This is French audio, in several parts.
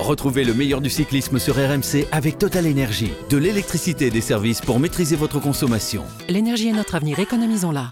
Retrouvez le meilleur du cyclisme sur RMC avec Total Énergie. De l'électricité et des services pour maîtriser votre consommation. L'énergie est notre avenir, économisons-la.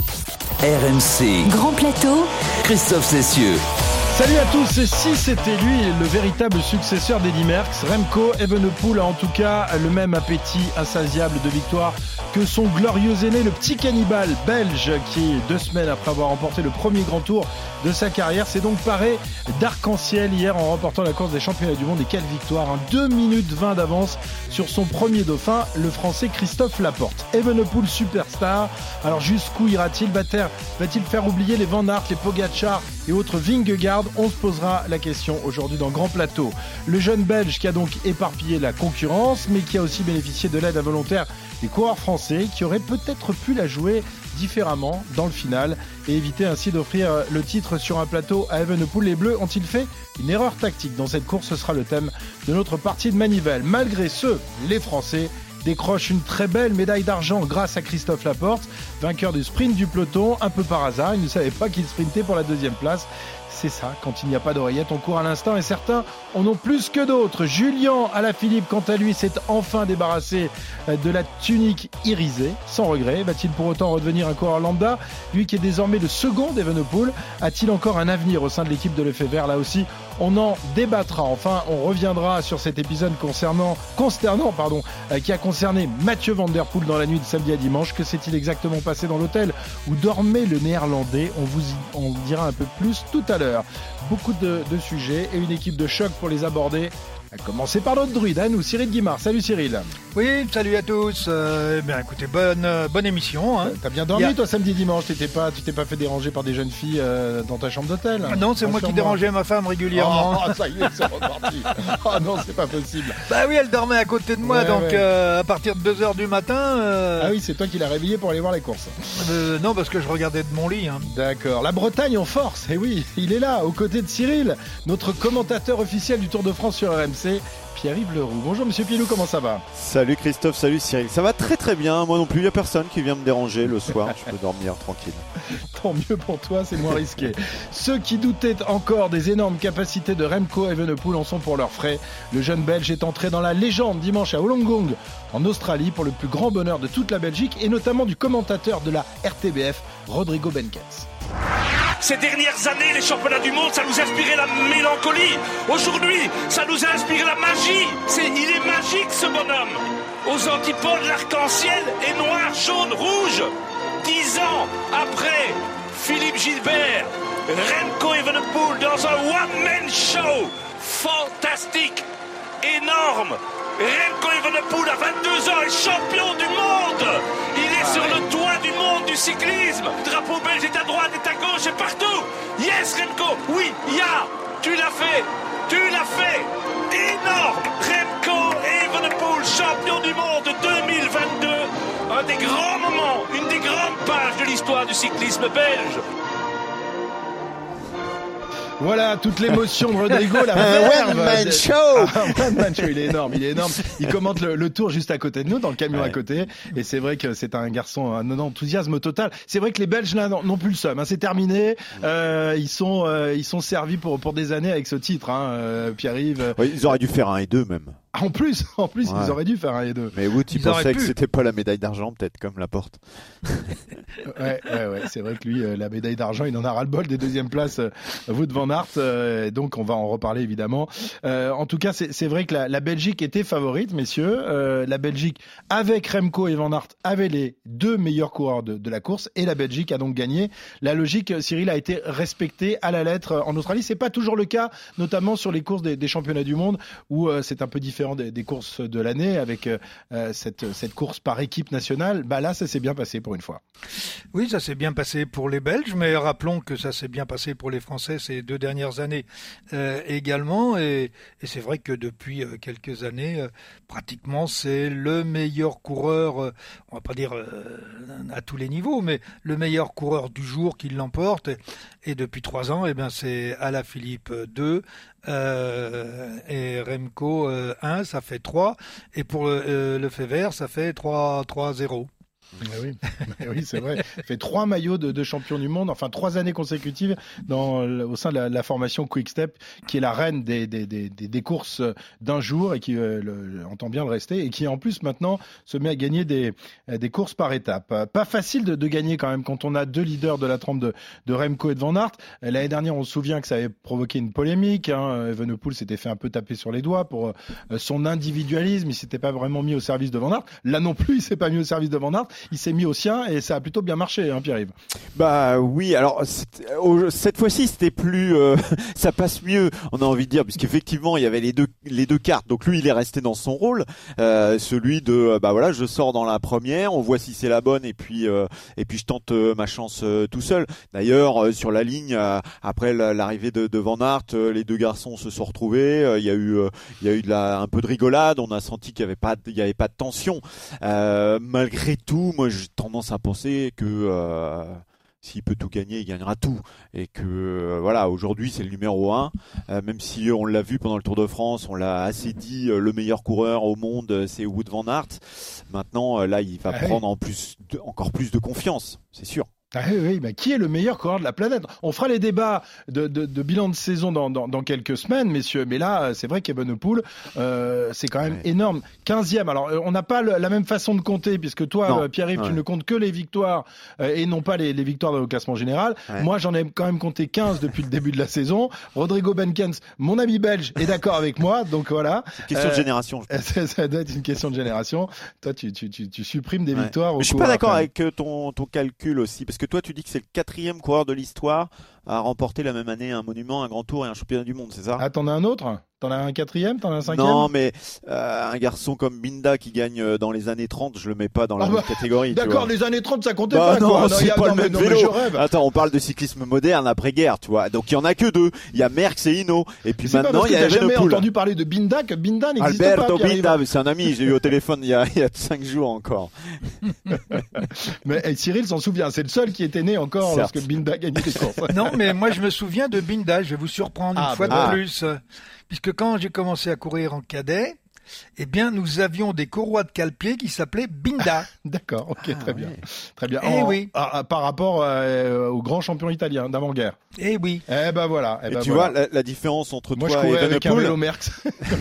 RMC. Grand plateau. Christophe Cessieux. Salut à tous, et si c'était lui le véritable successeur d'Eddy Merckx, Remco Evenepoel a en tout cas le même appétit insatiable de victoire que son glorieux aîné, le petit cannibale belge qui, 2 semaines après avoir remporté le premier grand tour de sa carrière, s'est donc paré d'arc-en-ciel hier en remportant la course des championnats du monde. Et quelle victoire, 2 minutes 20 d'avance sur son premier dauphin, le français Christophe Laporte. Evenepoel superstar, alors jusqu'où ira-t-il? Va-t-il faire oublier les Van Aert, les Pogacar et autres Vingegaard? On se posera la question aujourd'hui dans Grand Plateau. Le jeune Belge qui a donc éparpillé la concurrence, mais qui a aussi bénéficié de l'aide involontaire des coureurs français qui auraient peut-être pu la jouer différemment dans le final et éviter ainsi d'offrir le titre sur un plateau à Evenepoel. Les Bleus ont-ils fait une erreur tactique dans cette course? Ce sera le thème de notre partie de manivelle. Malgré ce, les Français décrochent une très belle médaille d'argent grâce à Christophe Laporte, vainqueur du sprint du peloton, un peu par hasard. Il ne savait pas qu'il sprintait pour la 2e place. C'est ça, quand il n'y a pas d'oreillette, on court à l'instant et certains en ont plus que d'autres. Julien Alaphilippe, quant à lui, s'est enfin débarrassé de la tunique irisée, sans regret. Va-t-il pour autant redevenir un coureur lambda? Lui qui est désormais le second d'Evenepoel, a-t-il encore un avenir au sein de l'équipe de Lefebvre? Là aussi, on en débattra. Enfin, on reviendra sur cet épisode consternant, qui a concerné Mathieu Van Der Poel dans la nuit de samedi à dimanche. Que s'est-il exactement passé dans l'hôtel où dormait le néerlandais? On vous en dira un peu plus tout à l'heure. Beaucoup de sujets et une équipe de choc pour les aborder. À commencer par notre druide, nous, Cyril Guimard. Salut Cyril. Oui, salut à tous. Écoutez, bonne émission. Hein. T'as bien dormi toi samedi dimanche? Tu t'es pas fait déranger par des jeunes filles dans ta chambre d'hôtel? Non, c'est moi qui dérangeais ma femme régulièrement. Oh, ça y est, c'est reparti. Oh non, c'est pas possible. Bah oui, elle dormait à côté de moi, à partir de 2h du matin... Ah oui, c'est toi qui l'as réveillée pour aller voir les courses. Non, parce que je regardais de mon lit. Hein. D'accord. La Bretagne en force. Et oui, il est là, aux côtés de Cyril, notre commentateur officiel du Tour de France sur RMC. Pierre-Yves Leroux. Bonjour Monsieur Pilou, comment ça va? Salut Christophe, salut Cyril. Ça va très très bien, moi non plus, il n'y a personne qui vient me déranger le soir, je peux dormir tranquille. Tant mieux pour toi, c'est moins risqué. Ceux qui doutaient encore des énormes capacités de Remco Evenepoel en sont pour leurs frais. Le jeune Belge est entré dans la légende dimanche à Wollongong en Australie pour le plus grand bonheur de toute la Belgique et notamment du commentateur de la RTBF, Rodrigo Benkens. Ces dernières années, les championnats du monde, ça nous a inspiré la mélancolie. Aujourd'hui, ça nous a inspiré la magie. Il est magique ce bonhomme. Aux antipodes, l'arc-en-ciel est noir, jaune, rouge. 10 ans après Philippe Gilbert, Remco Evenepoel dans un one-man show. Fantastique, énorme. Remco Evenepoel à 22 ans est champion du monde. Il est sur le toit du monde du cyclisme. Le drapeau belge est à droite, est à gauche et partout. Yes Remco, oui, tu l'as fait. Énorme. Remco Evenepoel, champion du monde 2022. Un des grands moments, une des grandes pages de l'histoire du cyclisme belge. Voilà, toute l'émotion de Rodrigo, la One Man Show. One Man Show, il est énorme. Il commente le tour juste à côté de nous, dans le camion à côté. Et c'est vrai que c'est un garçon, un enthousiasme total. C'est vrai que les Belges, là, n'ont plus le seum, hein. C'est terminé. Ils sont servis pour des années avec ce titre, Pierre-Yves. Oui, ils auraient dû faire 1 et 2 même. En plus, ils auraient dû faire 1 et 2. Mais Wout, il pensait que c'était pas la médaille d'argent, peut-être, comme Laporte. Ouais. C'est vrai que lui, la médaille d'argent, il en a ras-le-bol des 2e places, Wout van Aert. Donc, on va en reparler, évidemment. En tout cas, c'est vrai que la Belgique était favorite, messieurs. La Belgique, avec Remco et Van Aert, avait les 2 meilleurs coureurs de la course. Et la Belgique a donc gagné. La logique, Cyril, a été respectée à la lettre en Australie. C'est pas toujours le cas, notamment sur les courses des championnats du monde, où c'est un peu différent des courses de l'année avec cette course par équipe nationale. Là, ça s'est bien passé pour une fois. Oui, ça s'est bien passé pour les Belges, mais rappelons que ça s'est bien passé pour les Français ces 2 dernières années également. Et c'est vrai que depuis quelques années, pratiquement, c'est le meilleur coureur, on va pas dire à tous les niveaux, mais le meilleur coureur du jour qui l'emporte. Et depuis 3 ans, c'est Alaphilippe 2, et Remco 1, ça fait 3. Et pour Lefebvre, ça fait 3-0. Oui, c'est vrai. Il fait 3 maillots de champion du monde, enfin 3 années consécutives au sein de la formation Quick Step, qui est la reine des courses d'un jour et qui entend bien le rester, et qui en plus maintenant se met à gagner des courses par étapes. Pas facile de gagner quand même quand on a 2 leaders de la trempe de Remco et de Van Aert. L'année dernière, on se souvient que ça avait provoqué une polémique. Evenepoel s'était fait un peu taper sur les doigts pour son individualisme. Il s'était pas vraiment mis au service de Van Aert. Là non plus, il s'est pas mis au service de Van Aert. Il s'est mis au sien et ça a plutôt bien marché, Pierre-Yves. Bah oui, alors cette fois-ci c'était plus, ça passe mieux, on a envie de dire, puisqu'effectivement il y avait les deux cartes. Donc lui il est resté dans son rôle, celui de je sors dans la première, on voit si c'est la bonne et puis je tente ma chance tout seul. D'ailleurs sur la ligne après l'arrivée de Van Aert, les deux garçons se sont retrouvés. Il y a eu un peu de rigolade. On a senti qu'il y avait pas de tension. Malgré tout, moi j'ai tendance à penser que s'il peut tout gagner, il gagnera tout. Et que aujourd'hui c'est le numéro 1. Même si on l'a vu pendant le Tour de France, on l'a assez dit, le meilleur coureur au monde c'est Wout van Aert. Maintenant là il va prendre encore plus de confiance, c'est sûr. Qui est le meilleur coureur de la planète? On fera les débats de bilan de saison dans quelques semaines, messieurs. Mais là, c'est vrai qu'Evenepoel, c'est quand même énorme. 15e. Alors, on n'a pas la même façon de compter, puisque toi, Pierre-Yves, tu ne comptes que les victoires et non pas les victoires dans le classement général. Ouais. Moi, j'en ai quand même compté 15 depuis le début de la saison. Rodrigo Benkens, mon ami belge, est d'accord avec moi. Donc voilà. C'est une question de génération. Ça doit être une question de génération. Toi, tu supprimes des victoires. Mais je suis pas d'accord avec ton calcul aussi, parce que toi tu dis que c'est le 4e coureur de l'histoire à remporter la même année un monument, un grand tour et un championnat du monde, c'est ça? Ah, t'en as un autre? T'en as un 4e? T'en as un 5e? Non, mais un garçon comme Binda qui gagne dans les années 30, je le mets pas dans la même catégorie. D'accord, les années 30, ça comptait pas. Non, c'est pas le même vélo. Attends, on parle de cyclisme moderne après-guerre, tu vois. Donc il y en a que 2. Il y a Merckx et Hinault. Et puis maintenant, il y a Evenepoel. T'as jamais entendu parler de Binda, que Binda n'existe pas. Alberto Binda, c'est un ami. J'ai eu au téléphone il y a 5 jours encore. Mais Cyril s'en souvient. C'est le seul qui était né encore lorsque Binda gagnait les courses. Non, mais moi je me souviens de Binda. Je vais vous surprendre une fois de plus. Puisque quand j'ai commencé à courir en cadet, eh bien, nous avions des courroies de cale-pied qui s'appelaient Binda. D'accord, très bien. Très bien. Par rapport au grand champion italien d'avant-guerre. Eh oui. Eh ben voilà. Et tu vois, la différence entre moi, toi et Evenepoel. Avec un vélo Merckx.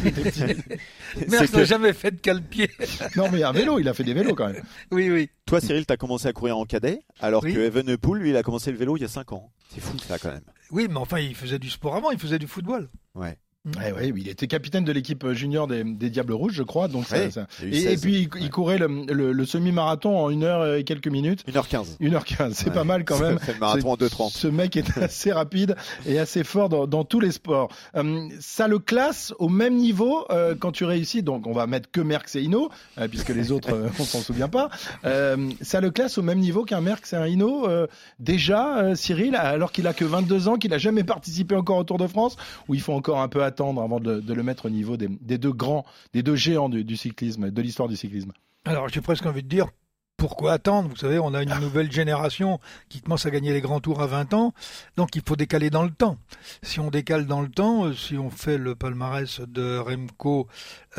Merckx n'a jamais fait de cale-pied. Non, mais un vélo, il a fait des vélos quand même. Oui. Toi, Cyril, t'as commencé à courir en cadet, alors que Evenepoel, lui, il a commencé le vélo il y a 5 ans. C'est fou, ça, quand même. Oui, mais enfin, il faisait du sport avant, il faisait du football. Ouais. Oui, il était capitaine de l'équipe junior des Diables Rouges, je crois. Donc et puis il courait le semi-marathon en 1 heure et quelques minutes. 1h15. 1h15, c'est pas mal quand même. C'est le marathon en 2h30. Ce mec est assez rapide et assez fort dans tous les sports. Ça le classe au même niveau quand tu réussis. Donc on va mettre que Merckx et Hinault, puisque les autres on s'en souvient pas. Ça le classe au même niveau qu'un Merckx et un Hinault déjà, Cyril, alors qu'il a que 22 ans, qu'il a jamais participé encore au Tour de France, où il faut encore un peu attendre avant de le mettre au niveau des deux géants du cyclisme, de l'histoire du cyclisme. Alors j'ai presque envie de dire, pourquoi attendre? Vous savez, on a une nouvelle génération qui commence à gagner les grands tours à 20 ans, donc il faut décaler dans le temps. Si on décale dans le temps, si on fait le palmarès de Remco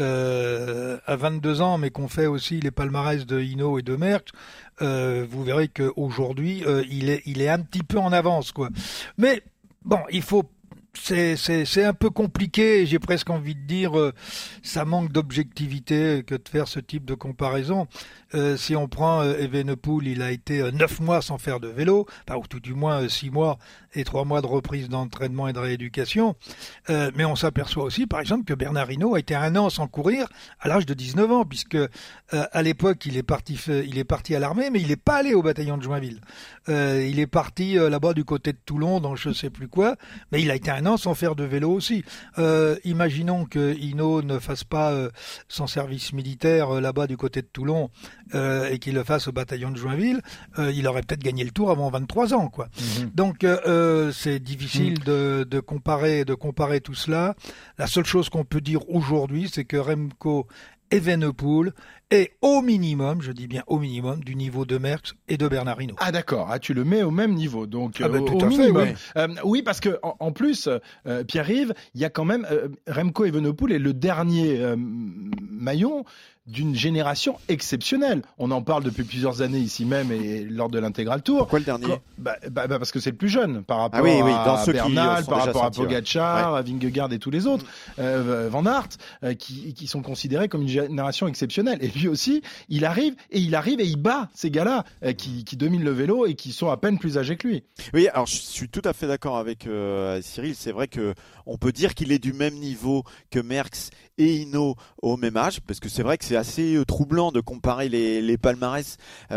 à 22 ans, mais qu'on fait aussi les palmarès de Hinault et de Merckx, vous verrez qu'aujourd'hui, il est un petit peu en avance, quoi. Mais bon, il faut... C'est un peu compliqué, j'ai presque envie de dire, ça manque d'objectivité que de faire ce type de comparaison. Si on prend Evenepoel, il a été 9 mois sans faire de vélo, ou tout du moins 6 mois et 3 mois de reprise d'entraînement et de rééducation. Mais on s'aperçoit aussi, par exemple, que Bernard Hinault a été 1 an sans courir à l'âge de 19 ans, puisque à l'époque, il est parti à l'armée, mais il n'est pas allé au bataillon de Joinville. Il est parti là-bas du côté de Toulon, dans je sais plus quoi, mais il a été 1 an sans faire de vélo aussi. Imaginons que Hinault ne fasse pas son service militaire là-bas du côté de Toulon et qu'il le fasse au bataillon de Joinville, il aurait peut-être gagné le Tour avant 23 ans, quoi. Donc c'est difficile de comparer tout cela. La seule chose qu'on peut dire aujourd'hui, c'est que Remco Evenepoel est au minimum, je dis bien au minimum, du niveau de Merckx et de Bernard Hinault. Ah d'accord, tu le mets au même niveau, donc tout au à minimum. Fait, oui, parce que en plus, Pierre-Yves, il y a quand même Remco Evenepoel est le dernier maillon d'une génération exceptionnelle. On en parle depuis plusieurs années ici même et lors de l'Intégral Tour. Pourquoi le dernier ? Parce que c'est le plus jeune par rapport dans à ceux Bernal, qui par rapport à sortis, Pogacar, à Vingegaard et tous les autres, Van Aert, qui sont considérés comme une génération exceptionnelle. Et lui aussi, il arrive et il bat ces gars-là qui dominent le vélo et qui sont à peine plus âgés que lui. Oui, alors je suis tout à fait d'accord avec Cyril. C'est vrai que on peut dire qu'il est du même niveau que Merckx et Hinault au même âge, parce que c'est vrai que c'est assez troublant de comparer les palmarès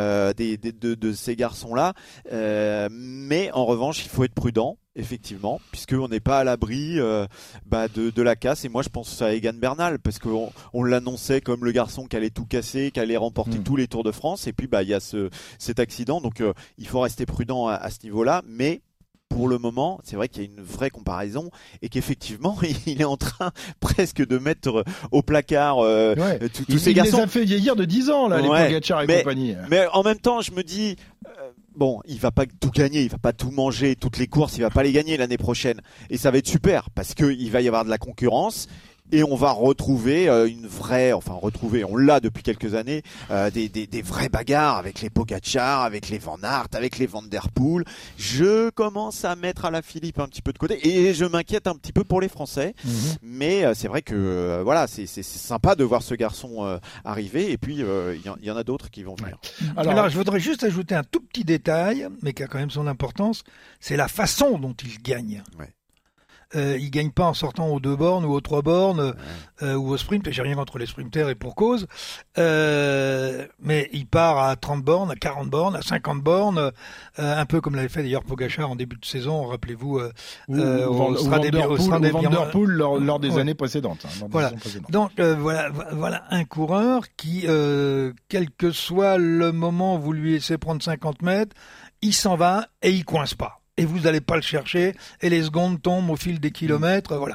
de ces garçons-là. Mais en revanche, il faut être prudent, effectivement, puisqu'on n'est pas à l'abri de la casse. Et moi, je pense à Egan Bernal, parce qu'on l'annonçait comme le garçon qui allait tout casser, qui allait remporter tous les Tours de France. Et puis, il y a cet accident. Donc, il faut rester prudent à ce niveau-là. Mais pour le moment, c'est vrai qu'il y a une vraie comparaison et qu'effectivement, il est en train presque de mettre au placard tous ces garçons. Il les a fait vieillir de 10 ans, là, les Pogacar et compagnie. Mais en même temps, je me dis, il va pas tout gagner, il va pas tout manger, toutes les courses, il va pas les gagner l'année prochaine. Et ça va être super parce qu'il va y avoir de la concurrence. Et on va retrouver on l'a depuis quelques années, des vraies bagarres avec les Pogacar, avec les Van Aert, avec les Van Der Poel. Je commence à mettre Alaphilippe un petit peu de côté et je m'inquiète un petit peu pour les Français. Mais c'est vrai que c'est sympa de voir ce garçon arriver et puis il y en a d'autres qui vont venir. Alors je voudrais juste ajouter un tout petit détail, mais qui a quand même son importance, c'est la façon dont il gagne. Ouais. Il gagne pas en sortant aux 2 bornes ou aux 3 bornes ou au sprint. J'ai rien contre les sprinters et pour cause. Mais il part à 30 bornes, à 40 bornes, à 50 bornes, un peu comme l'avait fait d'ailleurs Pogacar en début de saison. Rappelez-vous au Van Der Poel lors des années précédentes. Voilà. Donc voilà un coureur qui, quel que soit le moment où vous lui laissez prendre 50 mètres, il s'en va et il coince pas. Et vous n'allez pas le chercher, et les secondes tombent au fil des kilomètres, voilà.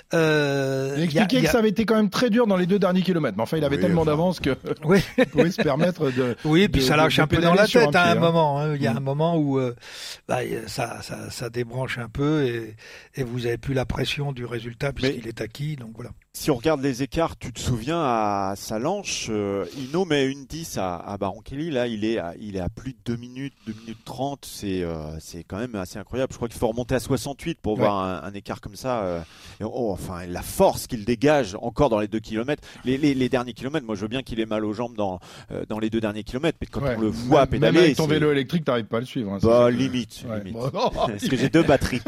Il expliquait que ça avait été quand même très dur dans les 2 derniers kilomètres, mais enfin il avait tellement d'avance que il pouvait se permettre de. Oui, puis ça lâche un peu dans la tête à un moment. Il y a un moment où ça débranche un peu et vous avez plus la pression du résultat puisqu'il est acquis, donc voilà. Si on regarde les écarts, tu te souviens à Salanches, Hinault met une 10 à Baron-Kelly, là il est à plus de 2 minutes 30, c'est quand même assez incroyable. Je crois qu'il faut remonter à 68 pour voir un écart comme ça. La force qu'il dégage encore dans les 2 kilomètres. Les derniers kilomètres, moi je veux bien qu'il ait mal aux jambes dans les 2 derniers kilomètres, mais quand on le voit pédaler... Même avec ton vélo électrique, t'arrives pas à le suivre. Hein, limite. Parce que j'ai 2 batteries.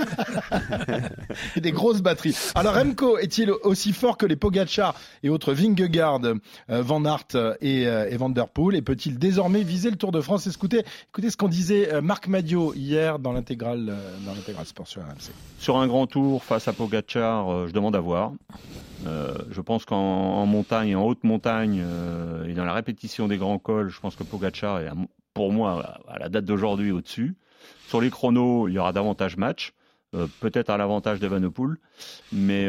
Des grosses batteries. Alors Remco est-il aussi fort que les Pogacar et autres Vingegaard, Van Aert et Van Der Poel, et peut-il désormais viser le Tour de France? Écoutez ce qu'on disait Marc Madiot hier dans l'intégral sport sur RMC. Sur un grand tour face à Pogacar, je demande à voir. Je pense qu'en montagne, en haute montagne et dans la répétition des grands cols, je pense que Pogacar est pour moi à la date d'aujourd'hui au-dessus. Sur les chronos, il y aura davantage match. Peut-être à l'avantage d'Evenepoel, mais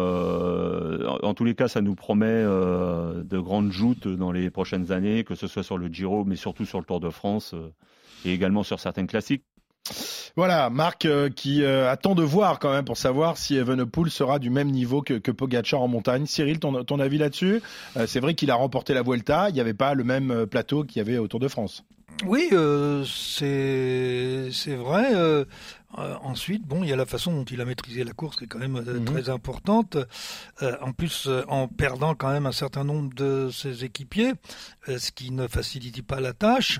en tous les cas, ça nous promet de grandes joutes dans les prochaines années, que ce soit sur le Giro, mais surtout sur le Tour de France et également sur certaines classiques. Voilà, Marc qui attend de voir quand même pour savoir si Evenepoel sera du même niveau que Pogacar en montagne. Cyril, ton avis là-dessus? C'est vrai qu'il a remporté la Vuelta, il n'y avait pas le même plateau qu'il y avait au Tour de France. Oui, c'est vrai. Ensuite, il y a la façon dont il a maîtrisé la course qui est quand même très importante. En plus, en perdant quand même un certain nombre de ses équipiers, ce qui ne facilite pas la tâche.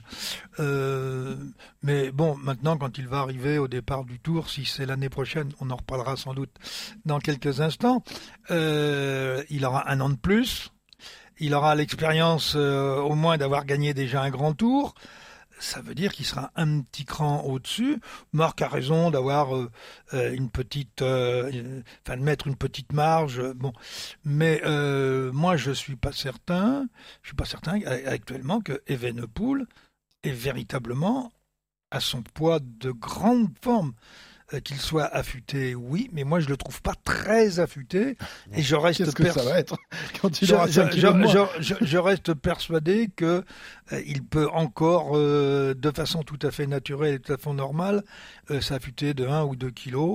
Mais maintenant, quand il va arriver au départ du Tour, si c'est l'année prochaine, on en reparlera sans doute dans quelques instants, il aura 1 an de plus. Il aura l'expérience au moins d'avoir gagné déjà un grand tour. Ça veut dire qu'il sera un petit cran au-dessus. Marc a raison d'avoir une petite, de mettre une petite marge. Mais moi je suis pas certain actuellement que Evenepoel est véritablement à son poids de grande forme. Qu'il soit affûté, oui, mais moi je le trouve pas très affûté et je reste ça va être quand il aura 5 kilos de moins. Je reste persuadé que il peut encore de façon tout à fait naturelle et tout à fait normale s'affûter de 1 ou 2 kilos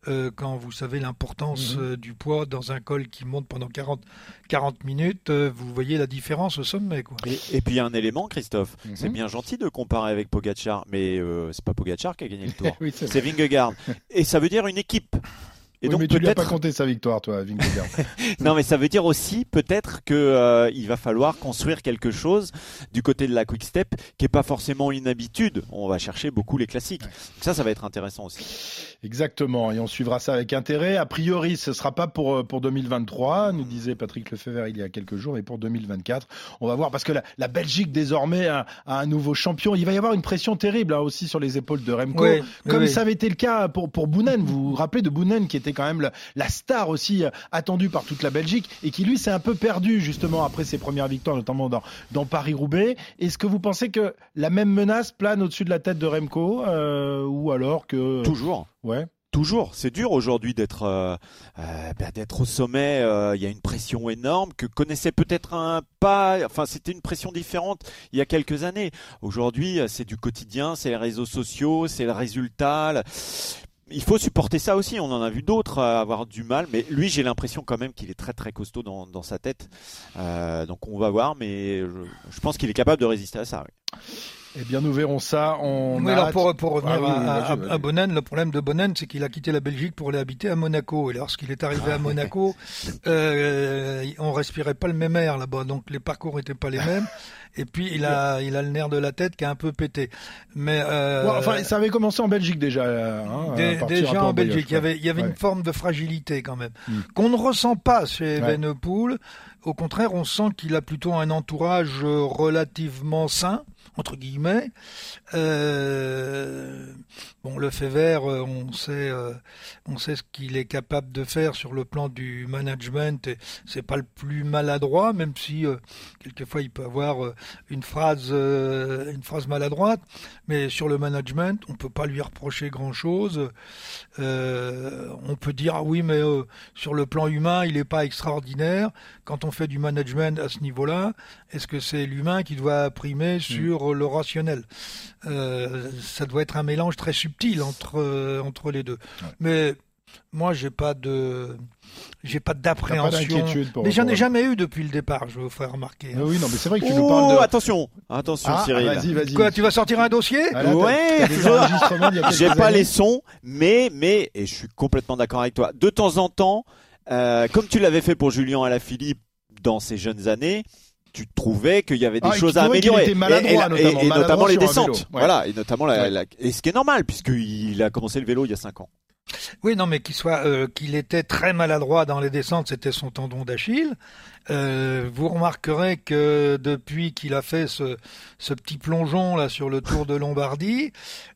quand vous savez l'importance du poids dans un col qui monte pendant 40 minutes, vous voyez la différence au sommet, quoi. Et puis il y a un élément, Christophe, c'est bien gentil de comparer avec Pogačar, mais c'est pas Pogačar qui a gagné le Tour, Oui, c'est Vingegaard. Et ça veut dire une équipe. Et oui, donc mais tu lui as peut-être... pas compté sa victoire, toi, Vingegaard. Non, mais ça veut dire aussi peut-être que il va falloir construire quelque chose du côté de la Quick Step qui est pas forcément une habitude. On va chercher beaucoup les classiques. Ouais. Donc ça va être intéressant aussi. Exactement, et on suivra ça avec intérêt. A priori, ce sera pas pour 2023, nous disait Patrick Lefebvre il y a quelques jours, et pour 2024. On va voir, parce que la Belgique désormais a un nouveau champion. Il va y avoir une pression terrible aussi sur les épaules de Remco, comme ça avait été le cas pour Boonen. Vous vous rappelez de Boonen qui était quand même la star aussi attendue par toute la Belgique et qui lui s'est un peu perdu justement après ses premières victoires, notamment dans Paris-Roubaix. Est-ce que vous pensez que la même menace plane au-dessus de la tête de Remco ou alors que... Toujours. Ouais. Toujours, c'est dur aujourd'hui d'être au sommet. Il y a une pression énorme que connaissait peut-être pas. Enfin, c'était une pression différente il y a quelques années. Aujourd'hui, c'est du quotidien, c'est les réseaux sociaux, c'est le résultat. Il faut supporter ça aussi. On en a vu d'autres avoir du mal, mais lui, j'ai l'impression quand même qu'il est très très costaud dans sa tête. Donc on va voir, mais je pense qu'il est capable de résister à ça. Oui. Eh bien, nous verrons ça. Alors pour revenir à Boonen, le problème de Boonen, c'est qu'il a quitté la Belgique pour aller habiter à Monaco. Et lorsqu'il est arrivé à Monaco, on respirait pas le même air là-bas, donc les parcours n'étaient pas les mêmes. Et puis il a le nerf de la tête qui a un peu pété. Mais enfin, ça avait commencé en Belgique déjà. Déjà en Belgique, il y avait une forme de fragilité quand même qu'on ne ressent pas chez Evenepoel. Au contraire, on sent qu'il a plutôt un entourage relativement sain, entre guillemets. Lefebvre, on sait ce qu'il est capable de faire sur le plan du management. Et c'est pas le plus maladroit, même si quelquefois il peut avoir une phrase maladroite. Mais sur le management, on peut pas lui reprocher grand-chose. On peut dire oui, mais sur le plan humain, il est pas extraordinaire. Quand on fait du management à ce niveau-là, est-ce que c'est l'humain qui doit primer sur le rationnel? Ça doit être un mélange très subtil entre les deux. Ouais. Mais moi, j'ai pas d'appréhension. Mais j'en ai jamais eu depuis le départ, je vous ferai remarquer. Oui, non, mais c'est vrai que tu nous parles de... Attention, Cyril. Vas-y. Quoi, tu vas sortir un dossier? Ouais, j'ai pas les sons, mais, et je suis complètement d'accord avec toi. De temps en temps, comme tu l'avais fait pour Julien Alaphilippe dans ses jeunes années, tu trouvais qu'il y avait des choses à améliorer. Il était maladroit, et notamment les descentes. Voilà, et notamment et ce qui est normal puisqu'il a commencé le vélo il y a 5 ans. Oui, non, mais qu'il était très maladroit dans les descentes, c'était son tendon d'Achille. Vous remarquerez que depuis qu'il a fait ce petit plongeon là sur le Tour de Lombardie,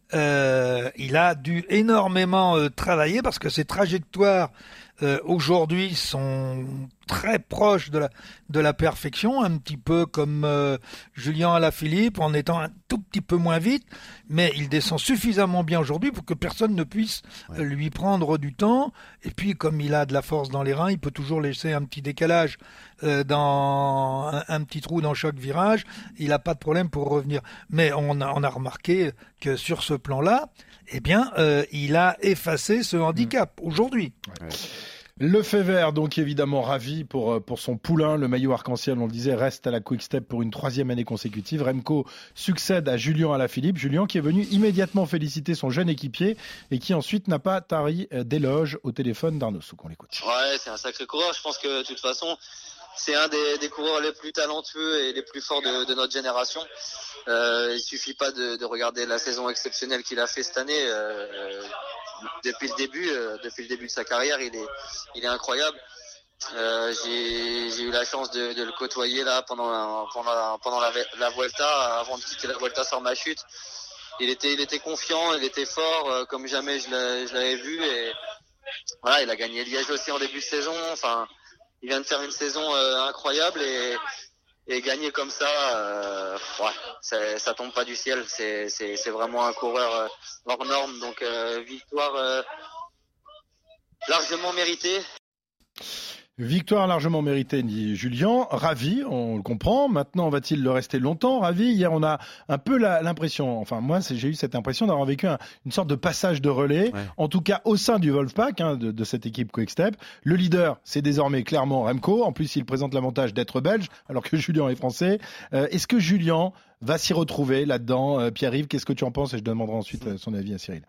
il a dû énormément travailler parce que ses trajectoires aujourd'hui sont très proches de la perfection, un petit peu comme Julien Alaphilippe, en étant un tout petit peu moins vite, mais il descend suffisamment bien aujourd'hui pour que personne ne puisse lui prendre du temps. Et puis, comme il a de la force dans les reins, il peut toujours laisser un petit décalage dans un petit trou dans chaque virage. Il n'a pas de problème pour revenir. Mais on a remarqué que sur ce plan-là, eh bien, il a effacé ce handicap aujourd'hui. Ouais. Lefebvre, donc évidemment ravi pour son poulain. Le maillot arc-en-ciel, on le disait, reste à la Quick Step pour une 3e année consécutive. Remco succède à Julien Alaphilippe. Julien qui est venu immédiatement féliciter son jeune équipier et qui ensuite n'a pas tari d'éloges au téléphone d'Arnaud Souk. On l'écoute. Ouais, c'est un sacré coureur. Je pense que de toute façon, c'est un des coureurs les plus talentueux et les plus forts de notre génération. Il suffit pas de regarder la saison exceptionnelle qu'il a fait cette année. Depuis le début de sa carrière, il est incroyable. J'ai eu la chance de le côtoyer là pendant la Vuelta, avant de quitter la Vuelta sur ma chute. Il était confiant, il était fort, comme jamais je l'avais vu. Et voilà, il a gagné Liège aussi en début de saison. Enfin, il vient de faire une saison incroyable et gagner comme ça, ça tombe pas du ciel. C'est vraiment un coureur hors norme. Donc victoire largement méritée. Victoire largement méritée, dit Julien. Ravi, on le comprend. Maintenant, va-t-il le rester longtemps, Ravi? Hier, on a un peu l'impression, enfin moi, j'ai eu cette impression d'avoir vécu une sorte de passage de relais, en tout cas au sein du Wolfpack, de cette équipe Quick-Step. Le leader, c'est désormais clairement Remco. En plus, il présente l'avantage d'être belge, alors que Julien est français. Est-ce que Julien va s'y retrouver là-dedans? Pierre-Yves, qu'est-ce que tu en penses? Et je demanderai ensuite son avis à Cyril.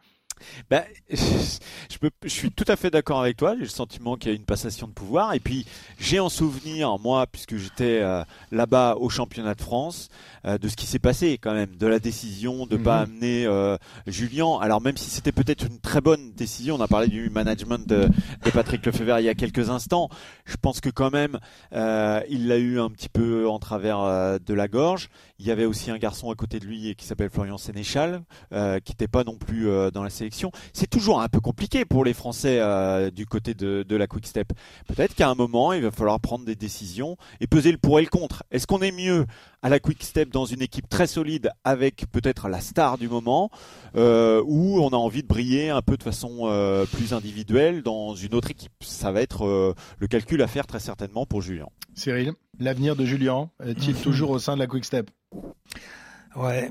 Je suis tout à fait d'accord avec toi. J'ai le sentiment qu'il y a une passation de pouvoir. Et puis, j'ai en souvenir, moi, puisque j'étais là-bas au championnat de France, de ce qui s'est passé quand même, de la décision de pas amener Julien. Alors, même si c'était peut-être une très bonne décision, on a parlé du management de Patrick Lefebvre il y a quelques instants. Je pense que quand même, il l'a eu un petit peu en travers de la gorge. Il y avait aussi un garçon à côté de lui qui s'appelle Florian Sénéchal, qui n'était pas non plus dans la sélection. C'est toujours un peu compliqué pour les Français du côté de la Quick Step. Peut-être qu'à un moment, il va falloir prendre des décisions et peser le pour et le contre. Est-ce qu'on est mieux à la Quick Step dans une équipe très solide avec peut-être la star du moment, ou on a envie de briller un peu de façon plus individuelle dans une autre équipe? Ça va être le calcul à faire très certainement pour Julien. Cyril, l'avenir de Julien est-il toujours au sein de la Quick Step? Ouais,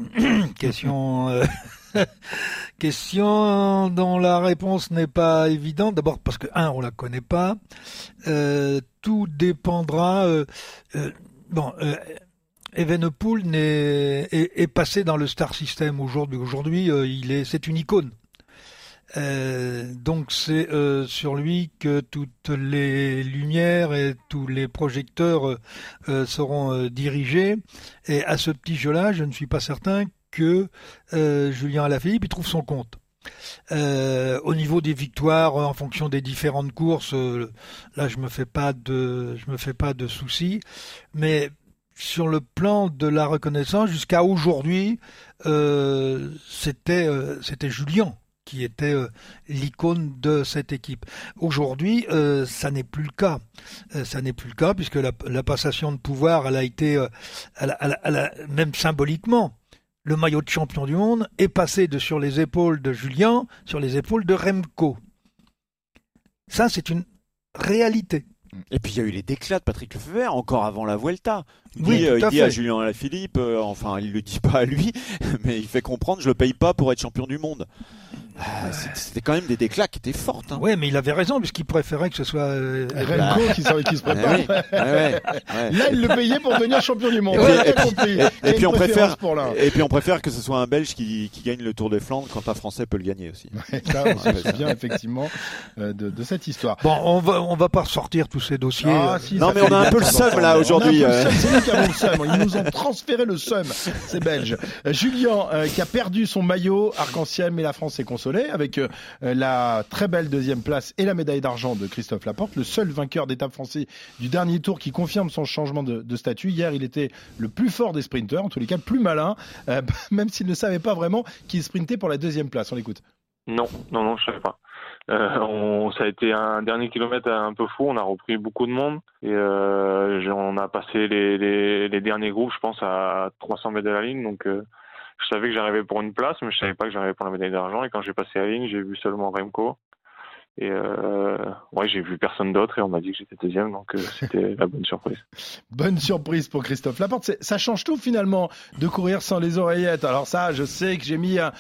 question dont la réponse n'est pas évidente. D'abord parce que on la connaît pas. Tout dépendra. Evenepoel est passé dans le star system aujourd'hui. Aujourd'hui, c'est une icône. Donc c'est sur lui que toutes les lumières et tous les projecteurs seront dirigés. Et à ce petit jeu-là, je ne suis pas certain que Julien Alaphilippe y trouve son compte. Au niveau des victoires, en fonction des différentes courses, là je me fais pas de soucis. Mais sur le plan de la reconnaissance, jusqu'à aujourd'hui, c'était Julien qui était l'icône de cette équipe. Aujourd'hui, ça n'est plus le cas. Ça n'est plus le cas puisque la passation de pouvoir, elle a été, même symboliquement, le maillot de champion du monde est passé sur les épaules de Julien, sur les épaules de Remco. Ça, c'est une réalité. Et puis il y a eu les déclats de Patrick Lefebvre encore avant la Vuelta. Il dit à Julien Alaphilippe, enfin il le dit pas à lui, mais il fait comprendre, je le paye pas pour être champion du monde. C'était quand même des déclats qui étaient fortes. Hein. Oui, mais il avait raison puisqu'il préférait que ce soit Remco qui se prépare. Là, il le payait pour devenir champion du monde. Et puis on préfère que ce soit un Belge qui gagne le Tour des Flandres quand un Français peut le gagner aussi. Là, on se souvient effectivement de cette histoire. Bon, on va pas ressortir tous ces dossiers. Non, mais on a un peu le seum là aujourd'hui. C'est nous qui avons le seum. Ils nous ont transféré le seum, ces Belges. Julien qui a perdu son maillot arc-en-ciel, mais la France est consolée avec la très belle deuxième place et la médaille d'argent de Christophe Laporte, le seul vainqueur d'étape français du dernier tour qui confirme son changement de statut. Hier, il était le plus fort des sprinteurs, en tous les cas le plus malin, même s'il ne savait pas vraiment qu'il sprintait pour la deuxième place. On l'écoute. Non, je savais pas. Ça a été un dernier kilomètre un peu fou, on a repris beaucoup de monde et on a passé les derniers groupes, je pense, à 300 mètres de la ligne, donc je savais que j'arrivais pour une place, mais je savais pas que j'arrivais pour la médaille d'argent. Et quand j'ai passé la ligne, j'ai vu seulement Remco. Et j'ai vu personne d'autre et on m'a dit que j'étais deuxième, donc c'était la bonne surprise. Bonne surprise pour Christophe Laporte. Ça change tout finalement de courir sans les oreillettes. Alors ça, je sais que j'ai mis un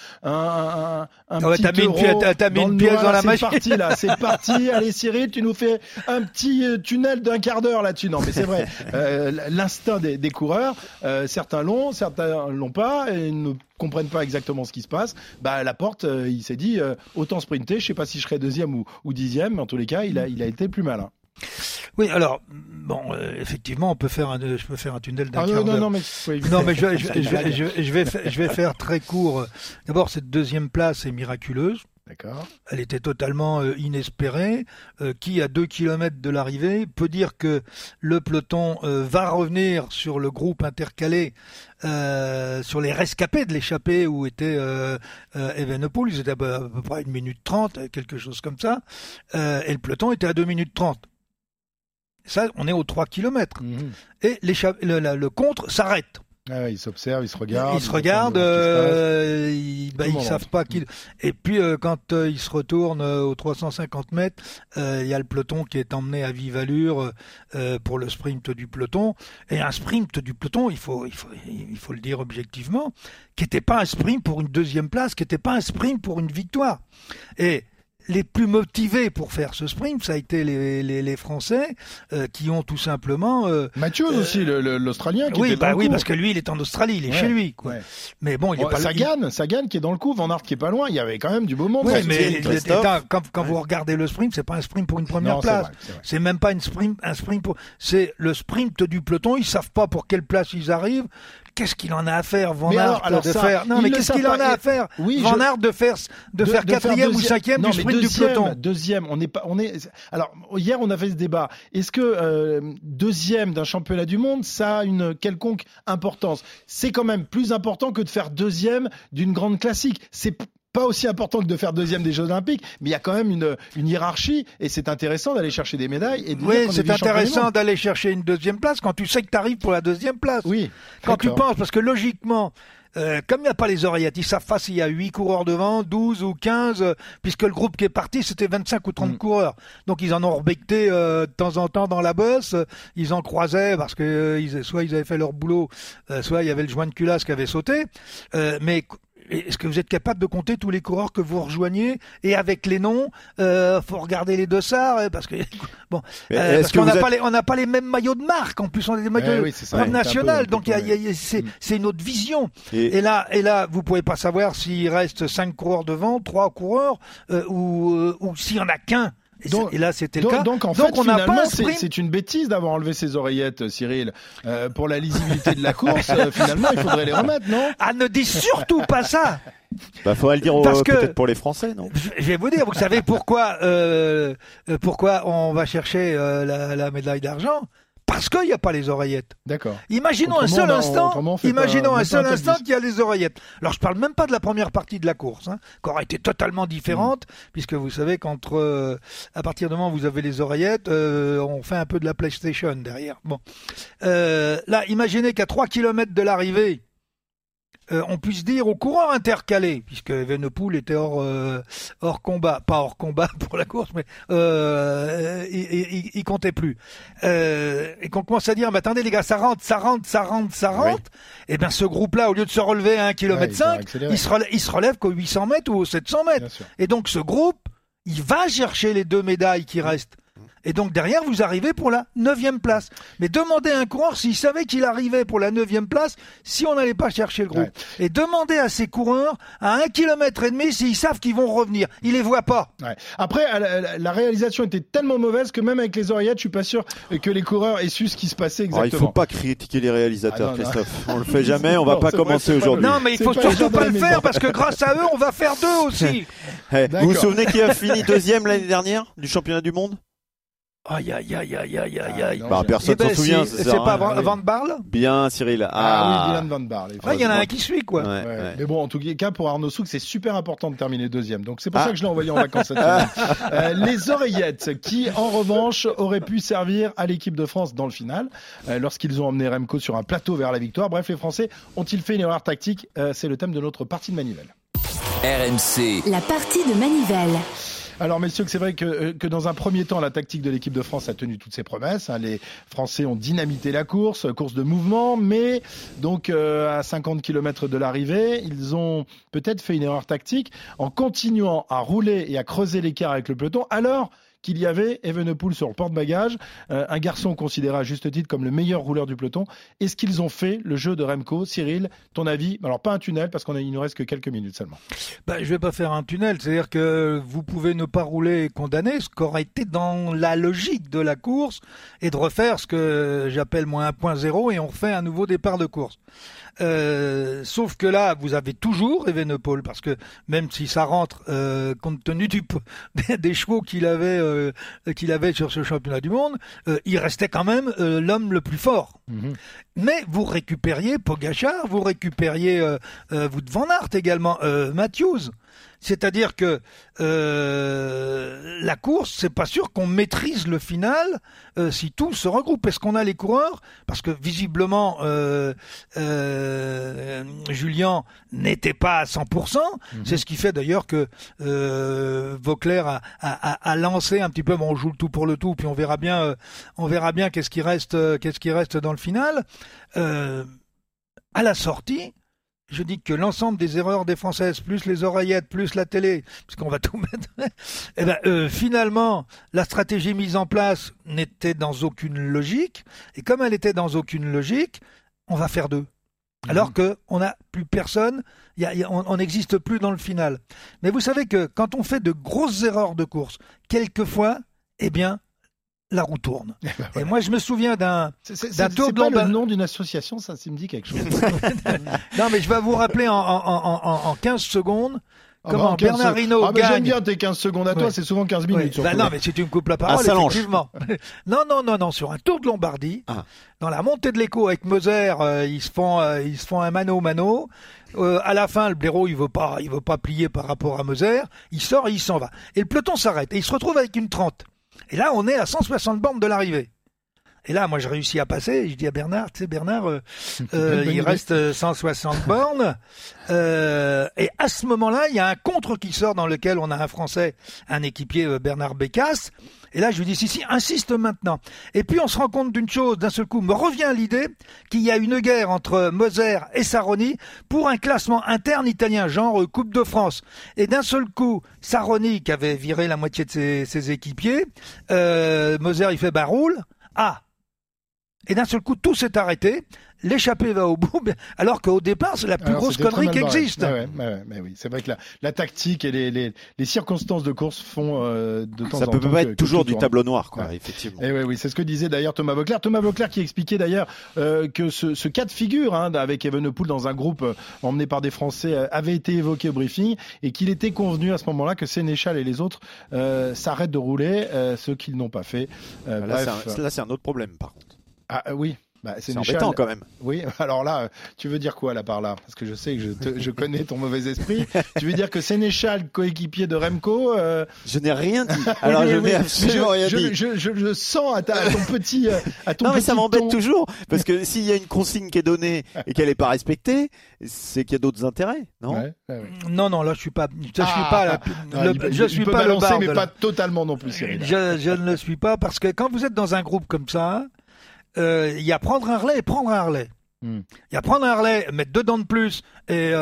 petit euro t'as mis une pièce dans la machine. C'est parti. Allez Cyril, tu nous fais un petit tunnel d'1 quart d'heure là-dessus. Non mais c'est vrai, l'instinct des coureurs, certains l'ont pas et ne comprennent pas exactement ce qui se passe. Laporte, il s'est dit autant sprinter, je sais pas si je serai deuxième ou dixième, mais en tous les cas, il a été plus malin. Oui, alors effectivement, je peux faire un tunnel d'un quart d'heure. Non, mais je vais faire très court. D'abord, cette deuxième place est miraculeuse. D'accord. Elle était totalement inespérée. Qui, à 2 kilomètres de l'arrivée, peut dire que le peloton va revenir sur le groupe intercalé, sur les rescapés de l'échappée où était Evenepoel. Ils étaient à peu près 1 minute 30, quelque chose comme ça. Et le peloton était à 2 minutes 30. Ça, on est aux 3 kilomètres. Et le contre s'arrête. Ah ouais, ils s'observent, ils se regardent. Ils se regardent, ils savent pas qu'ils. Et puis quand ils se retournent aux 350 mètres, il y a le peloton qui est emmené à vive allure pour le sprint du peloton. Et un sprint du peloton, il faut le dire objectivement, qui n'était pas un sprint pour une deuxième place, qui n'était pas un sprint pour une victoire. Et les plus motivés pour faire ce sprint, ça a été les Français qui ont tout simplement... Mathieu aussi, l'Australien qui était dans le coup. Oui, parce que lui, il est en Australie, il est chez lui. Quoi. Ouais. Mais bon, il est pas... Sagan qui est dans le coup, Van Aert qui est pas loin, il y avait quand même du beau monde. Oui, mais quand vous regardez le sprint, c'est pas un sprint pour une première place. C'est même pas un sprint pour... C'est le sprint du peloton, ils savent pas pour quelle place ils arrivent. Qu'est-ce qu'il en a à faire, Van Aert, de faire... Non, mais qu'est-ce qu'il en a à faire, Van Aert, de faire quatrième ou cinquième du sprint du peloton. Deuxième, alors, hier, on a fait ce débat. Est-ce que deuxième d'un championnat du monde, ça a une quelconque importance? C'est quand même plus important que de faire deuxième d'une grande classique. C'est pas aussi important que de faire deuxième des Jeux Olympiques, mais il y a quand même une hiérarchie et c'est intéressant d'aller chercher des médailles. Et c'est intéressant d'aller chercher une deuxième place quand tu sais que tu arrives pour la deuxième place. Oui. Quand tu penses, parce que logiquement, comme il n'y a pas les oreillettes, ils savent pas s'il y a 8 coureurs devant, 12 ou 15, puisque le groupe qui est parti, c'était 25 ou 30 coureurs. Donc ils en ont rebecté de temps en temps dans la bosse, ils en croisaient parce que soit ils avaient fait leur boulot, soit il y avait le joint de culasse qui avait sauté. Mais est-ce que vous êtes capable de compter tous les coureurs que vous rejoignez et avec les noms? Faut regarder les dossards parce que bon, parce qu'on n'a pas les mêmes maillots de marque. En plus, on a des maillots nationaux, donc c'est une autre vision. Et là, vous pouvez pas savoir s'il reste 5 coureurs devant, 3 coureurs ou s'il y en a qu'un. Et là, c'était le cas. Donc, en fait, finalement, c'est une bêtise d'avoir enlevé ces oreillettes, Cyril. Pour la lisibilité de la course, finalement, il faudrait les remettre, non? Ah, ne dis surtout pas ça! Faudrait le dire peut-être pour les Français, non? Je vais vous dire, vous savez pourquoi on va chercher la médaille d'argent? Parce qu'il n'y a pas les oreillettes. D'accord. Imaginons un seul instant qu'il y a les oreillettes. Alors je parle même pas de la première partie de la course, qui aurait été totalement différente, puisque vous savez à partir du moment où vous avez les oreillettes, on fait un peu de la PlayStation derrière. Bon, là, imaginez qu'à 3 km de l'arrivée, on puisse dire aux coureurs intercalés, puisque Evenepoel était hors combat, pas hors combat pour la course, mais il comptait plus. Et qu'on commence à dire, mais attendez les gars, ça rentre. Oui. Et bien ce groupe-là, au lieu de se relever à 1,5 km, il se relève qu'aux 800 mètres ou aux 700 mètres. Et donc ce groupe, il va chercher les 2 médailles qui restent. Et donc derrière, vous arrivez pour la 9e place. Mais demandez à un coureur s'il savait qu'il arrivait pour la 9e place, si on n'allait pas chercher le groupe. Ouais. Et demandez à ces coureurs, à 1,5 km s'ils savent qu'ils vont revenir. Ils les voient pas. Ouais. Après, la réalisation était tellement mauvaise que même avec les oreillettes, je suis pas sûr que les coureurs aient su ce qui se passait exactement. Alors, il faut pas critiquer les réalisateurs, Christophe. On le fait jamais, on va pas commencer aujourd'hui. Non, mais il faut surtout pas le faire parce que grâce à eux, on va faire 2 aussi. Vous vous souvenez qui a fini 2e l'année dernière du championnat du monde? Aïe. Personne s'en souvient. C'est pas Van Barle? Bien, Cyril. Oui, Dylan Van Barle. Il y en a un qui suit, quoi. Ouais. Mais bon, en tout cas, pour Arnaud Souk, c'est super important de terminer 2e. Donc, c'est pour ça que je l'ai envoyé en vacances cette semaine. Les oreillettes, qui, en revanche, auraient pu servir à l'équipe de France dans le final, lorsqu'ils ont emmené Remco sur un plateau vers la victoire. Bref, les Français ont-ils fait une erreur tactique? C'est le thème de notre partie de Manivelle. RMC. La partie de Manivelle. Alors messieurs, c'est vrai que dans un premier temps, la tactique de l'équipe de France a tenu toutes ses promesses. Les Français ont dynamité la course de mouvement, mais donc à 50 km de l'arrivée, ils ont peut-être fait une erreur tactique en continuant à rouler et à creuser l'écart avec le peloton, alors qu'il y avait Evenepoel sur le porte-bagages, un garçon considéré à juste titre comme le meilleur rouleur du peloton. Est-ce qu'ils ont fait le jeu de Remco? Cyril, ton avis? Alors pas un tunnel, parce qu'il ne reste que quelques minutes seulement. Je vais pas faire un tunnel, c'est-à-dire que vous pouvez ne pas rouler et condamner, ce qui aurait été dans la logique de la course, et de refaire ce que j'appelle moi 1.0, et on refait un nouveau départ de course. Sauf que là, vous avez toujours Evenepoel, parce que même si ça rentre, compte tenu des chevaux qu'il avait sur ce championnat du monde, il restait quand même l'homme le plus fort. Mm-hmm. Mais vous récupériez Pogačar, vous récupériez Wout van Aert également, Matthews. C'est-à-dire que la course, c'est pas sûr qu'on maîtrise le final si tout se regroupe. Est-ce qu'on a les coureurs? Parce que visiblement, Julien n'était pas à 100%. C'est ce qui fait d'ailleurs que Vauclair a lancé un petit peu. Bon, on joue le tout pour le tout, puis on verra bien qu'est-ce qui reste dans le final. À la sortie, je dis que l'ensemble des erreurs des Françaises, plus les oreillettes, plus la télé, parce qu'on va tout mettre, finalement, la stratégie mise en place n'était dans aucune logique. Et comme elle était dans aucune logique, on va faire 2. Alors qu'on n'a plus personne, on n'existe plus dans le final. Mais vous savez que quand on fait de grosses erreurs de course, quelquefois, eh bien, la roue tourne. Et moi, je me souviens d'un tour de Lombardie. C'est pas le nom d'une association, ça me dit quelque chose. Non, mais je vais vous rappeler en 15 secondes comment Bernard Hinault gagne. J'aime bien tes 15 secondes à toi, c'est souvent 15 minutes. Non, mais si tu me coupes la parole, effectivement. Non, sur un tour de Lombardie, dans la montée de l'Écho avec Moser, ils se font un mano-mano. À la fin, le blaireau, il veut pas plier par rapport à Moser. Il sort et il s'en va. Et le peloton s'arrête. Et il se retrouve avec une 30. Et là, on est à 160 bornes de l'arrivée. Et là, moi, je réussis à passer. Et je dis à Bernard, il reste 160 bornes. Et à ce moment-là, il y a un contre qui sort dans lequel on a un Français, un équipier, Bernard Bécasse. Et là, je lui dis, si, insiste maintenant. Et puis, on se rend compte d'une chose, d'un seul coup, me revient l'idée qu'il y a une guerre entre Moser et Saroni pour un classement interne italien, genre Coupe de France. Et d'un seul coup, Saroni, qui avait viré la moitié de ses équipiers, Moser, il fait, roule. Et d'un seul coup, tout s'est arrêté. L'échappée va au bout, alors qu'au départ, c'est la plus grosse connerie qui existe. Oui, c'est vrai que la tactique et les circonstances de course font de temps en temps. Ça peut pas être toujours du tableau noir, quoi, effectivement. Et oui, c'est ce que disait d'ailleurs Thomas Vauclair. Thomas Vauclair qui expliquait d'ailleurs que ce cas de figure avec Evenepoel dans un groupe emmené par des Français avait été évoqué au briefing et qu'il était convenu à ce moment-là que Sénéchal et les autres s'arrêtent de rouler, ce qu'ils n'ont pas fait. Là, c'est un autre problème, par contre. Ah oui. C'est embêtant quand même. Oui, alors là, tu veux dire quoi là par là? Parce que je sais que je connais ton mauvais esprit. Tu veux dire que Sénéchal, coéquipier de Remco... Je n'ai rien dit. Alors je n'ai absolument rien dit. Je sens à ton petit... Non mais ça m'embête toujours, parce que s'il y a une consigne qui est donnée et qu'elle n'est pas respectée, c'est qu'il y a d'autres intérêts, non? Non, là je suis pas le barde, mais pas totalement non plus, Cyril. Je ne le suis pas, parce que quand vous êtes dans un groupe comme ça... il y a prendre un relais et prendre un relais. Il y a prendre un relais, mettre 2 dents de plus et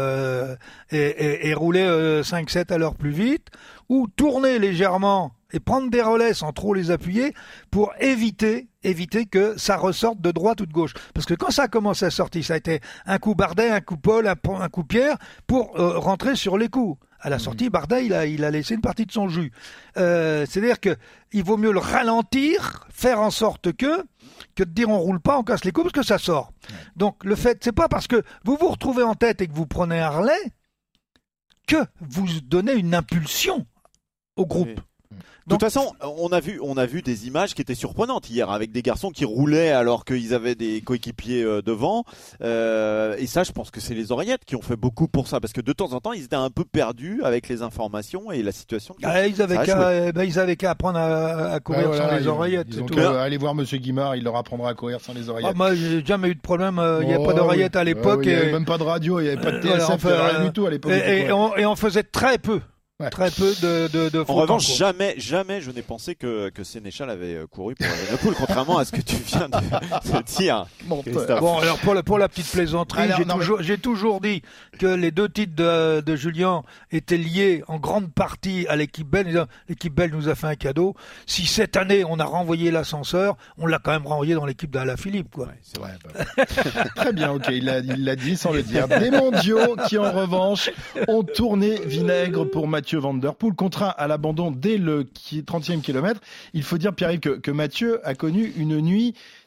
rouler 5-7 à l'heure plus vite, ou tourner légèrement et prendre des relais sans trop les appuyer pour éviter que ça ressorte de droite ou de gauche. Parce que quand ça a commencé à sortir, ça a été un coup Bardet, un coup Paul, un coup Pierre pour rentrer sur les coups. À la sortie, Bardet, il a laissé une partie de son jus. C'est-à-dire que il vaut mieux le ralentir, faire en sorte que de dire on roule pas, on casse les coups, parce que ça sort. Donc le fait, c'est pas parce que vous vous retrouvez en tête et que vous prenez un relais que vous donnez une impulsion au groupe. Oui. De toute façon, on a vu des images qui étaient surprenantes hier, avec des garçons qui roulaient alors qu'ils avaient des coéquipiers devant. Et ça, je pense que c'est les oreillettes qui ont fait beaucoup pour ça, parce que de temps en temps, ils étaient un peu perdus avec les informations et la situation. Ils avaient qu'à apprendre à courir sans les oreillettes. C'est tout. Allez voir Monsieur Guimard, il leur apprendra à courir sans les oreillettes. Moi, j'ai jamais eu de problème. Il n'y avait pas d'oreillettes à l'époque. Il n'y avait même pas de radio, il n'y avait pas de TSF, rien du tout à l'époque. Et on faisait très peu. Très peu de En revanche, jamais je n'ai pensé que Sénéchal avait couru pour Evenepoel, contrairement à ce que tu viens de dire. Bon, alors pour la petite plaisanterie, j'ai toujours dit que les 2 titres de Julien étaient liés en grande partie à l'équipe belge. L'équipe belge nous a fait un cadeau. Si cette année on a renvoyé l'ascenseur, on l'a quand même renvoyé dans l'équipe d'Alaphilippe, quoi. Ouais, c'est vrai. Très bien, ok, il l'a dit sans le dire. Des mondiaux qui en revanche ont tourné vinaigre pour Mathieu Van Der Poel, contraint à l'abandon dès le 30e kilomètre. Il faut dire, Pierre-Yves, que Mathieu a connu une nuit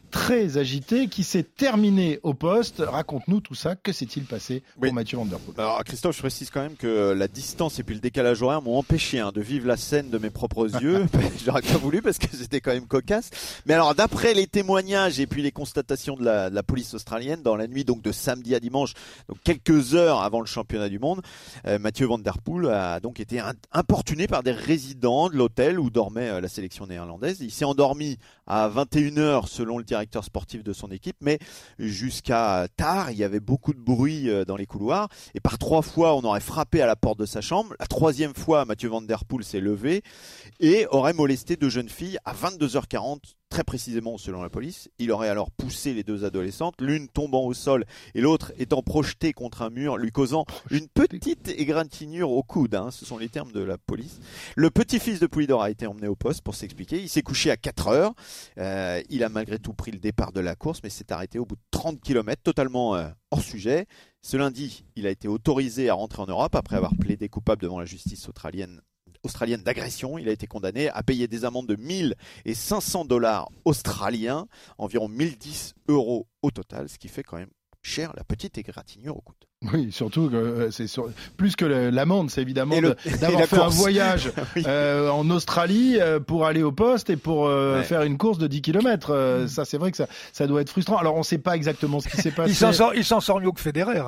très agité qui s'est terminé au poste. Raconte-nous tout ça. Que s'est-il passé pour Mathieu Van Der Poel? Alors Christophe, je précise quand même que la distance et puis le décalage horaire m'ont empêché de vivre la scène de mes propres yeux. J'aurais pas voulu parce que c'était quand même cocasse. Mais alors d'après les témoignages et puis les constatations de la police australienne dans la nuit donc de samedi à dimanche, donc quelques heures avant le championnat du monde, Mathieu Van Der Poel a donc été importuné par des résidents de l'hôtel où dormait la sélection néerlandaise. Il s'est endormi à 21h selon le directeur sportif de son équipe, mais jusqu'à tard, il y avait beaucoup de bruit dans les couloirs et par 3 fois, on aurait frappé à la porte de sa chambre. La 3e fois, Mathieu Van Der Poel s'est levé et aurait molesté 2 jeunes filles à 22h40. Très précisément selon la police, il aurait alors poussé les 2 adolescentes, l'une tombant au sol et l'autre étant projetée contre un mur, lui causant une petite égratignure au coude. Ce sont les termes de la police. Le petit-fils de Poulidor a été emmené au poste pour s'expliquer. Il s'est couché à 4 heures. Il a malgré tout pris le départ de la course, mais s'est arrêté au bout de 30 km, totalement hors sujet. Ce lundi, il a été autorisé à rentrer en Europe après avoir plaidé coupable devant la justice australienne d'agression. Il a été condamné à payer des amendes de 1 500 $ australiens, environ 1010 € au total, ce qui fait quand même cher la petite égratignure au coude. Oui, surtout que plus que l'amende, c'est évidemment d'avoir fait un voyage en Australie pour aller au poste et pour faire une course de 10 km. Ça, c'est vrai que ça doit être frustrant. Alors, on ne sait pas exactement ce qui s'est passé. Il s'en sort mieux que Federer.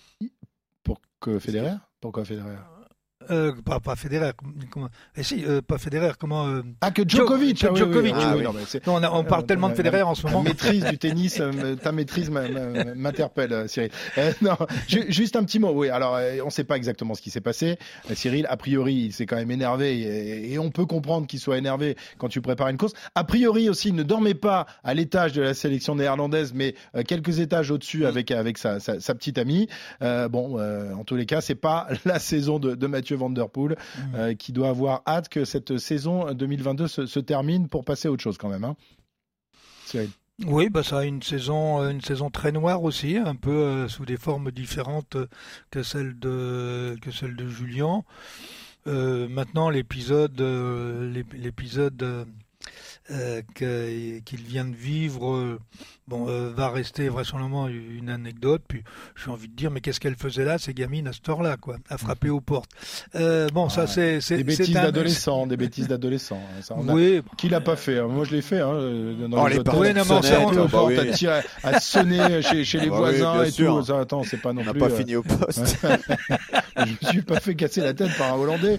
Pourquoi Federer pas Federer. Pas Federer. Comment que Djokovic. Djokovic. Oui. On parle tellement de Federer en ce moment. La maîtrise du tennis, ta maîtrise m'interpelle, Cyril. Non, juste un petit mot. Oui, alors on ne sait pas exactement ce qui s'est passé. Cyril, a priori, il s'est quand même énervé et on peut comprendre qu'il soit énervé quand tu prépares une course. A priori aussi, il ne dormait pas à l'étage de la sélection néerlandaise, mais quelques étages au-dessus avec sa petite amie. En tous les cas, c'est pas la saison de Mathieu Van Der Poel qui doit avoir hâte que cette saison 2022 se termine pour passer à autre chose quand même. Cyril. Oui, ça a une saison très noire aussi, un peu sous des formes différentes que celle de Julien. Maintenant, l'épisode qu'il vient de vivre va rester vraisemblablement une anecdote. Puis j'ai envie de dire, mais qu'est-ce qu'elle faisait là, ces gamines à cette heure-là, à frapper aux portes. Ça c'est des bêtises d'adolescents, Ça, oui. Qui l'a pas fait? Moi je l'ai fait. Dans les hôtels, tirer à sonner chez les voisins et tout. Ça, attends, c'est pas non plus. On n'a pas fini au poste. Je me suis pas fait casser la tête par un Hollandais.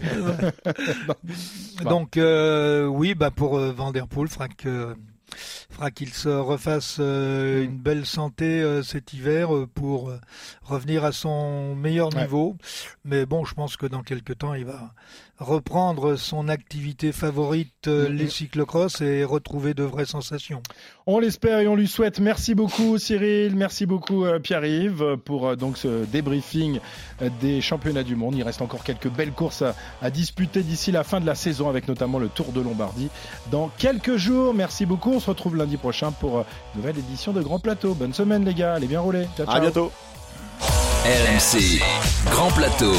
Donc pour Van Der Poel, fera qu'il se refasse une belle santé cet hiver pour revenir à son meilleur niveau. Mais je pense que dans quelques temps, il va reprendre son activité favorite, les cyclocross, et retrouver de vraies sensations. On l'espère et on lui souhaite. Merci beaucoup Cyril, merci beaucoup Pierre-Yves pour donc ce débriefing des championnats du monde. Il reste encore quelques belles courses à disputer d'ici la fin de la saison, avec notamment le Tour de Lombardie dans quelques jours. Merci beaucoup, on se retrouve lundi prochain pour une nouvelle édition de Grand Plateau. Bonne semaine les gars, allez bien rouler. Ciao, ciao. À bientôt. RMC Grand Plateau.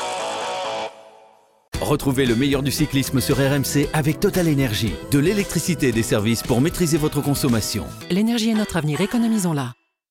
Retrouvez le meilleur du cyclisme sur RMC avec Total Énergie. De l'électricité et des services pour maîtriser votre consommation. L'énergie est notre avenir, économisons-la.